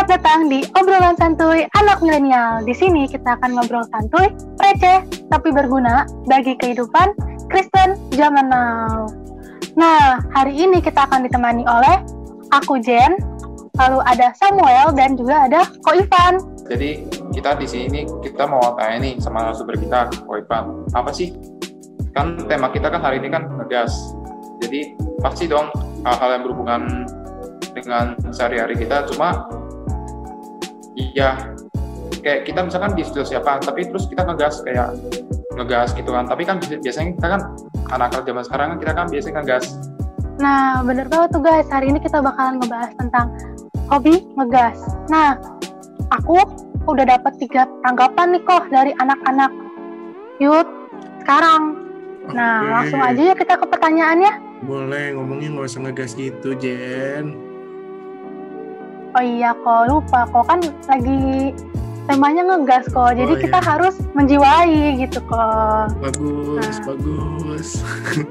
Selamat datang di obrolan santuy anak milenial. Di sini kita akan ngobrol santuy, receh, tapi berguna bagi kehidupan Kristen zaman now. Nah, hari ini kita akan ditemani oleh aku Jen, lalu ada Samuel dan juga ada Ko Ivan. Jadi kita di sini kita mau tanya nih sama narasumber kita, Ko Ivan. Apa sih? Kan tema kita kan hari ini kan ngegas. Jadi pasti dong hal-hal yang berhubungan dengan sehari-hari kita, cuma iya kayak kita misalkan di studio siapa, tapi terus kita ngegas gitu kan, tapi kan biasanya kita kan anak-anak zaman sekarang kan kita kan biasanya ngegas. Nah bener banget tuh guys, hari ini kita bakalan ngebahas tentang hobi ngegas. Nah aku udah dapat 3 tanggapan nih kok dari anak-anak youth sekarang. Nah langsung aja ya kita ke pertanyaannya. Boleh, ngomongnya nggak usah ngegas gitu Jen. Oh iya kok, lupa kok kan lagi temanya ngegas kok, jadi kita harus menjiwai gitu kok. Bagus.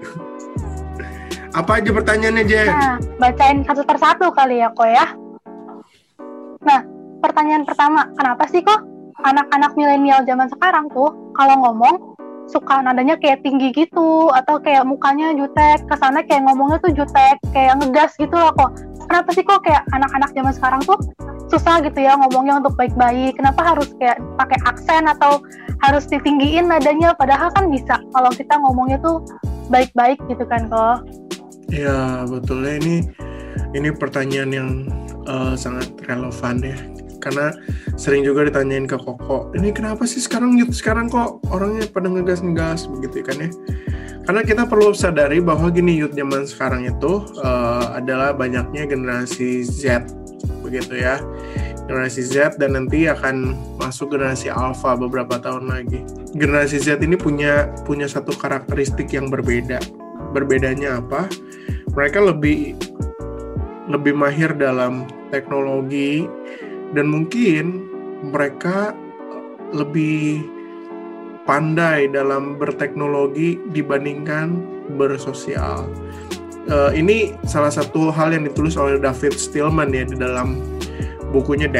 Apa aja pertanyaannya Jen? Nah, bacain satu persatu kali ya kok ya. Nah, pertanyaan pertama, kenapa sih kok anak-anak milenial zaman sekarang tuh kalau ngomong suka nadanya kayak tinggi gitu, atau kayak mukanya jutek, kesannya kayak ngomongnya tuh jutek, kayak ngegas gitu lah kok. Kenapa sih kok kayak anak-anak zaman sekarang tuh susah gitu ya ngomongnya untuk baik-baik? Kenapa harus kayak pakai aksen atau harus ditinggiin nadanya? Padahal kan bisa kalau kita ngomongnya tuh baik-baik gitu kan kok. Ya betulnya ini pertanyaan yang sangat relevan ya. Karena sering juga ditanyain ke Koko, ini kenapa sih sekarang kok orangnya pada ngegas begitu kan ya? Karena kita perlu sadari bahwa gini, youth zaman sekarang itu adalah banyaknya generasi Z begitu ya, generasi Z, dan nanti akan masuk generasi Alpha beberapa tahun lagi. Generasi Z ini punya satu karakteristik yang berbeda. Berbedanya apa? Mereka lebih mahir dalam teknologi, dan mungkin mereka lebih pandai dalam berteknologi dibandingkan bersosial. Ini salah satu hal yang ditulis oleh David Stillman ya di dalam bukunya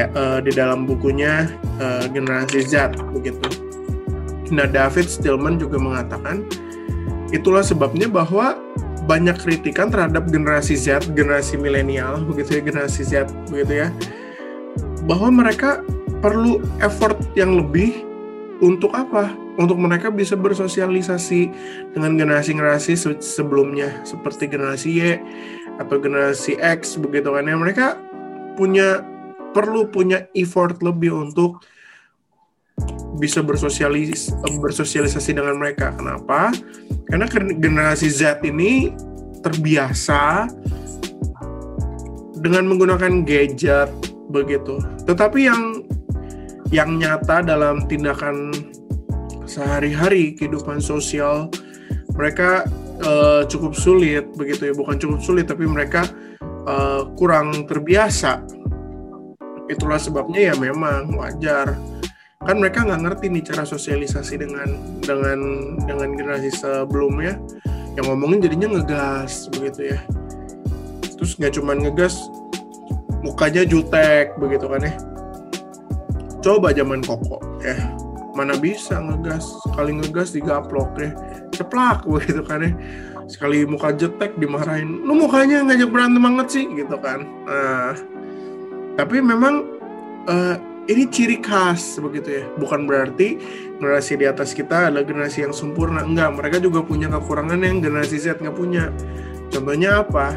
Generasi Z begitu. Nah, David Stillman juga mengatakan itulah sebabnya bahwa banyak kritikan terhadap generasi Z, generasi milenial begitu ya, generasi Z begitu ya, bahwa mereka perlu effort yang lebih untuk apa? Untuk mereka bisa bersosialisasi dengan generasi-generasi sebelumnya seperti generasi Y atau generasi X begitu kan ya. Mereka perlu punya effort lebih untuk bisa bersosialisasi dengan mereka. Kenapa? Karena generasi Z ini terbiasa dengan menggunakan gadget begitu. Tetapi yang nyata dalam tindakan sehari-hari kehidupan sosial mereka cukup sulit begitu ya, bukan cukup sulit tapi mereka kurang terbiasa. Itulah sebabnya ya memang wajar kan mereka nggak ngerti nih cara sosialisasi dengan generasi sebelumnya, yang ngomongin jadinya ngegas begitu ya. Terus nggak cuma ngegas, mukanya jutek begitu kan ya. Coba zaman Koko ya, mana bisa ngegas, sekali ngegas digaplok ya, ceplak begitu kan ya. Sekali muka jutek dimarahin, lu mukanya ngajak berantem banget sih gitu kan. Nah, tapi memang ini ciri khas begitu ya. Bukan berarti generasi di atas kita adalah generasi yang sempurna, enggak. Mereka juga punya kekurangan yang generasi Z nggak punya. Contohnya apa?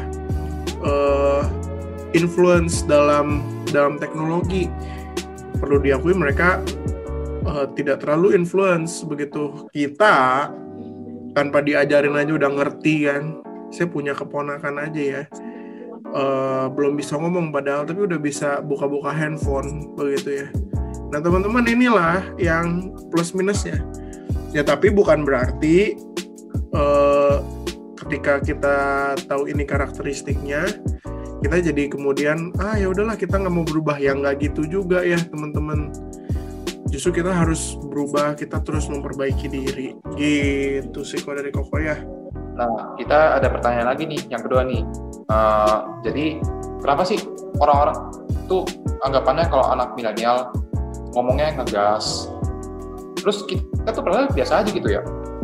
Influence dalam teknologi. Perlu diakui mereka tidak terlalu influence begitu. Kita tanpa diajarin aja udah ngerti kan. Saya punya keponakan aja ya, belum bisa ngomong padahal tapi udah bisa buka-buka handphone begitu ya. Nah teman-teman, inilah yang plus minusnya ya. Tapi bukan berarti ketika kita tahu ini karakteristiknya kita jadi kemudian ya udahlah kita nggak mau berubah. Ya nggak gitu juga ya teman-teman. Justru kita harus berubah, kita terus memperbaiki diri gitu sih kalau dari Koko ya. Nah, kita ada pertanyaan lagi nih, yang kedua nih. Jadi kenapa sih orang-orang tuh anggapannya kalau anak milenial ngomongnya ngegas, terus kita tuh padahal biasa aja gitu ya.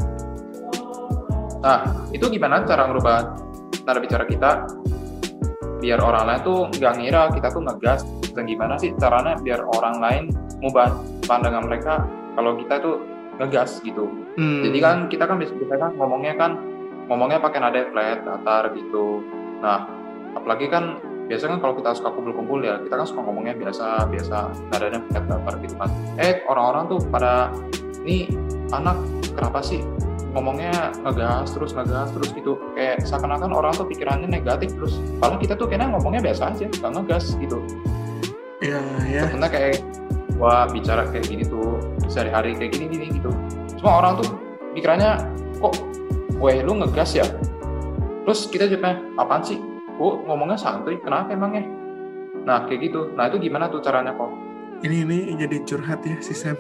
Nah, itu gimana cara ngerubah nada bicara kita biar orang lain tuh nggak ngira kita tuh ngegas, dan gimana sih caranya biar orang lain ngubah pandangan mereka kalau kita tuh ngegas gitu. Jadi kan kita kan biasanya kan ngomongnya pakai nada flat, datar gitu. Nah, apalagi kan biasanya kan kalau kita suka kumpul-kumpul ya, kita kan suka ngomongnya biasa nadanya flat, datar gitu kan. Orang-orang tuh pada ini anak kenapa sih ngomongnya ngegas terus gitu, kayak seakan-akan orang tuh pikirannya negatif terus, padahal kita tuh kayaknya ngomongnya biasa aja, nggak ngegas gitu. Iya. Sebenarnya kayak wah bicara kayak gini tuh sehari-hari kayak gini gitu, cuma orang tuh pikirannya kok, weh lu ngegas ya, terus kita jawabnya apaan sih, ngomongnya santuy, kenapa emangnya? Nah kayak gitu. Nah itu gimana tuh caranya kok? Ini jadi curhat ya si Sam.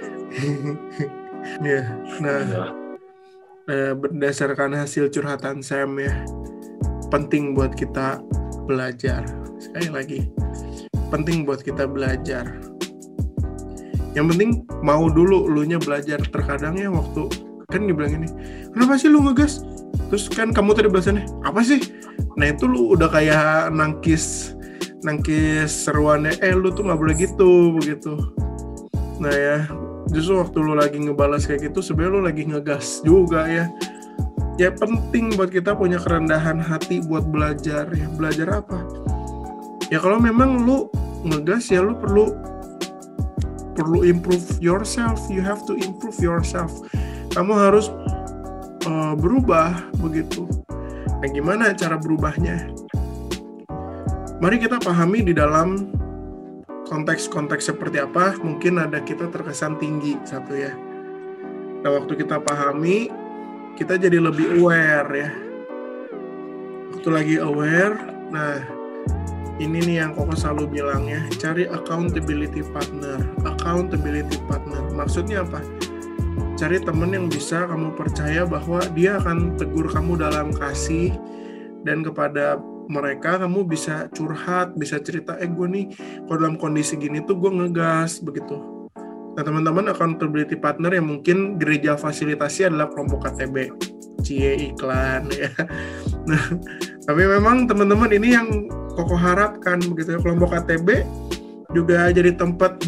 Ya, nah. Berdasarkan hasil curhatan Sam ya, penting buat kita belajar. Sekali lagi, penting buat kita belajar. Yang penting mau dulu lunya belajar. Terkadang ya waktu kan dibilang ini, kenapa sih lu ngegas? Terus kan kamu tadi bahasannya apa sih? Nah itu lu udah kayak nangkis seruannya, lu tuh nggak boleh gitu begitu. Nah ya, justru waktu lu lagi ngebalas kayak gitu, sebenarnya lu lagi ngegas juga ya. Ya penting buat kita punya kerendahan hati buat belajar ya. Belajar apa? Ya kalau memang lu ngegas ya lu perlu improve yourself. You have to improve yourself. Kamu harus berubah begitu. Nah gimana cara berubahnya? Mari kita pahami di dalam konteks seperti apa mungkin ada kita terkesan tinggi satu ya. Nah waktu kita pahami, kita jadi lebih aware ya. Waktu lagi aware, nah ini nih yang Koko selalu bilang ya, cari accountability partner. Maksudnya apa? Cari teman yang bisa kamu percaya bahwa dia akan tegur kamu dalam kasih, dan kepada mereka kamu bisa curhat, bisa cerita, gue nih kalau dalam kondisi gini tuh gue ngegas begitu. Nah teman-teman, accountability partner yang mungkin gereja fasilitasi adalah kelompok KTB, iklan ya. Nah tapi memang teman-teman ini yang Koko harapkan begitu ya, kelompok KTB juga jadi tempat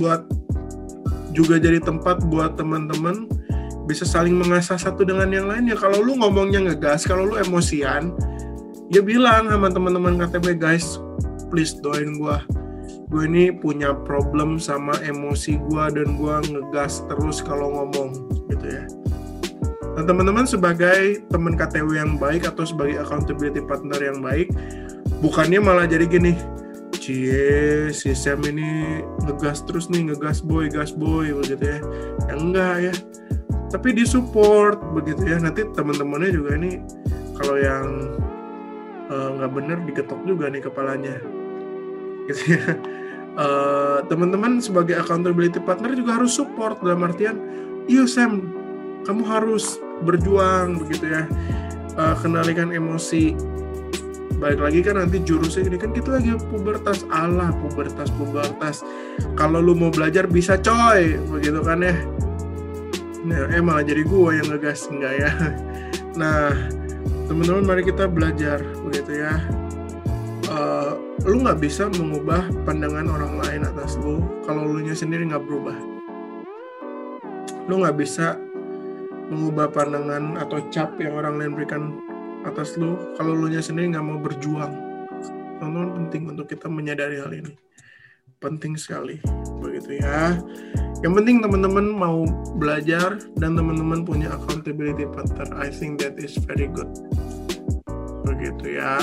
buat teman-teman bisa saling mengasah satu dengan yang lainnya. Kalau lu ngomongnya ngegas, kalau lu emosian, dia bilang sama teman-teman KTB, guys, please doain gue ini punya problem sama emosi gue dan gue ngegas terus kalau ngomong gitu ya. Nah teman-teman, sebagai teman KTW yang baik atau sebagai accountability partner yang baik, bukannya malah jadi gini, si Sam ini ngegas terus nih, gas boy begitu ya. Ya enggak ya, tapi disupport begitu ya. Nanti teman-temannya juga ini kalau yang nggak bener digetok juga nih kepalanya gitu ya. Teman-teman sebagai accountability partner juga harus support dalam artian, iya Sam, kamu harus berjuang begitu ya, kendalikan emosi. Balik lagi kan nanti jurusnya gini kan, kita lagi pubertas. Kalau lu mau belajar bisa coy begitu kan ya. Nah malah jadi gue yang ngegas, enggak ya. Nah teman-teman, mari kita belajar begitu ya. Lu nggak bisa mengubah pandangan orang lain atas lu kalau lu nya sendiri nggak berubah. Lu nggak bisa mengubah pandangan atau cap yang orang lain berikan atas lu kalau lu nya sendiri nggak mau berjuang. Teman-teman, penting untuk kita menyadari hal ini, penting sekali begitu ya. Yang penting teman-teman mau belajar dan teman-teman punya accountability partner. I think that is very good. Begitu ya.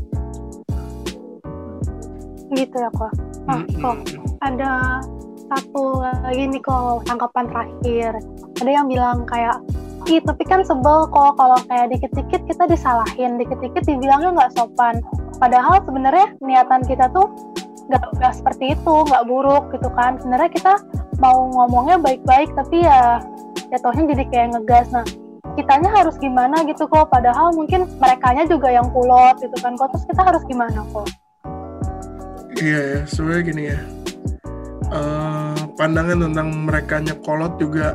Gitu ya kok. Kok ada satu lagi nih kok, tanggapan terakhir. Ada yang bilang kayak, tapi kan sebel kok kalau kayak dikit-dikit kita disalahin, dikit-dikit dibilangnya nggak sopan. Padahal sebenarnya niatan kita tuh nggak seperti itu, nggak buruk gitu kan. Sebenarnya kita mau ngomongnya baik-baik, tapi ya jatuhnya jadi kayak ngegas. Nah, kitanya harus gimana gitu kok, padahal mungkin merekanya juga yang kulot gitu kan kok. Terus kita harus gimana kok? Iya ya, sebenarnya gini ya. Pandangan tentang mereka nyekolot juga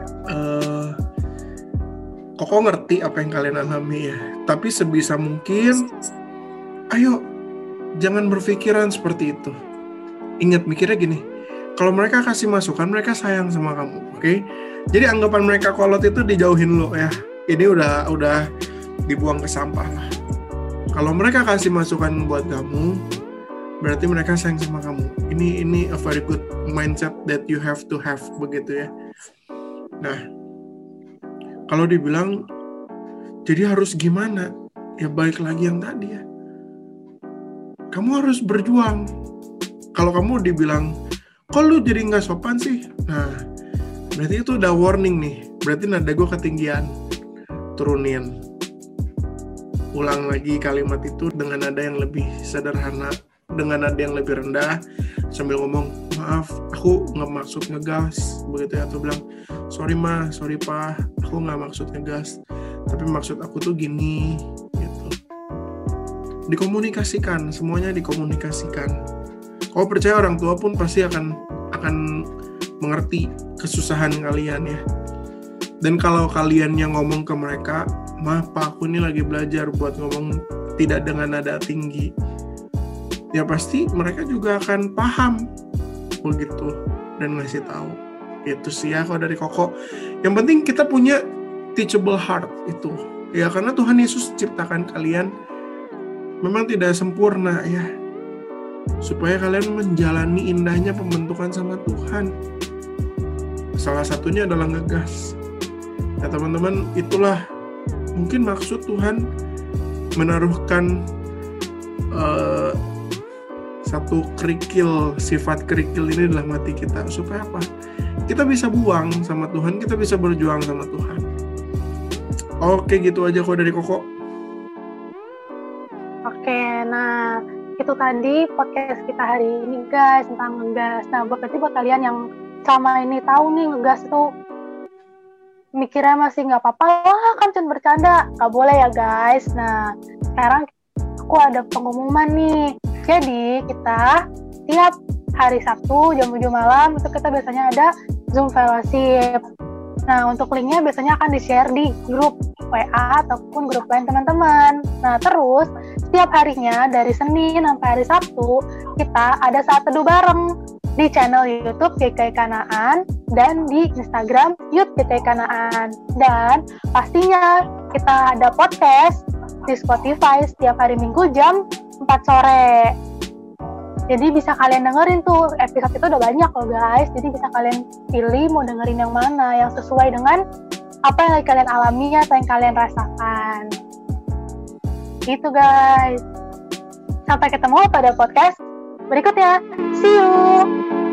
Koko ngerti apa yang kalian alami ya. Tapi sebisa mungkin, ayo jangan berpikiran seperti itu. Ingat mikirnya gini, kalau mereka kasih masukan, mereka sayang sama kamu, oke? Jadi anggapan mereka kolot itu dijauhin lo ya. Ini udah dibuang ke sampah lah. Kalau mereka kasih masukan buat kamu, berarti mereka sayang sama kamu. Ini a very good mindset that you have to have, begitu ya. Nah, kalau dibilang jadi harus gimana? Ya balik lagi yang tadi ya. Kamu harus berjuang. Kalau kamu dibilang, kok lu jadi nggak sopan sih? Nah, berarti itu udah warning nih. Berarti nada gue ketinggian. Turunin. Ulang lagi kalimat itu dengan nada yang lebih sederhana, dengan nada yang lebih rendah, sambil ngomong, maaf, aku nggak maksud ngegas, begitu ya. Atau bilang, sorry ma, sorry pa, aku nggak maksud ngegas, tapi maksud aku tuh gini, gitu. Dikomunikasikan, semuanya dikomunikasikan. Kau percaya orang tua pun pasti akan mengerti kesusahan kalian ya. Dan kalau kalian yang ngomong ke mereka, ma, pak, aku ini lagi belajar buat ngomong tidak dengan nada tinggi, ya pasti mereka juga akan paham begitu dan ngasih tahu. Itu sih ya kalau dari Koko. Yang penting kita punya teachable heart itu. Ya karena Tuhan Yesus ciptakan kalian memang tidak sempurna ya. Supaya kalian menjalani indahnya pembentukan sama Tuhan. Salah satunya adalah ngegas. Ya teman-teman, itulah mungkin maksud Tuhan menaruhkan satu kerikil, sifat kerikil ini dalam hati kita. Supaya apa? Kita bisa buang sama Tuhan, kita bisa berjuang sama Tuhan. Oke, gitu aja kok dari Koko. Oke, nah itu tadi podcast kita hari ini guys, tentang ngegas. Nah, buat kalian yang selama ini tahu nih ngegas itu mikirnya masih nggak apa-apa lah, kan cuma bercanda, nggak boleh ya guys. Nah, sekarang aku ada pengumuman nih. Jadi kita tiap hari Sabtu jam 7 malam itu kita biasanya ada Zoom fellowship. Nah, untuk linknya biasanya akan di-share di grup WA ataupun grup lain teman-teman. Nah, terus setiap harinya dari Senin sampai hari Sabtu kita ada saat teduh bareng di channel YouTube GKI Kanaan dan di Instagram Youth GKI Kanaan. Dan pastinya kita ada podcast di Spotify setiap hari Minggu jam 4 sore. Jadi bisa kalian dengerin tuh, episode itu udah banyak loh guys. Jadi bisa kalian pilih mau dengerin yang mana, yang sesuai dengan apa yang lagi kalian alami atau yang kalian rasakan. Gitu guys. Sampai ketemu pada podcast berikutnya. See you!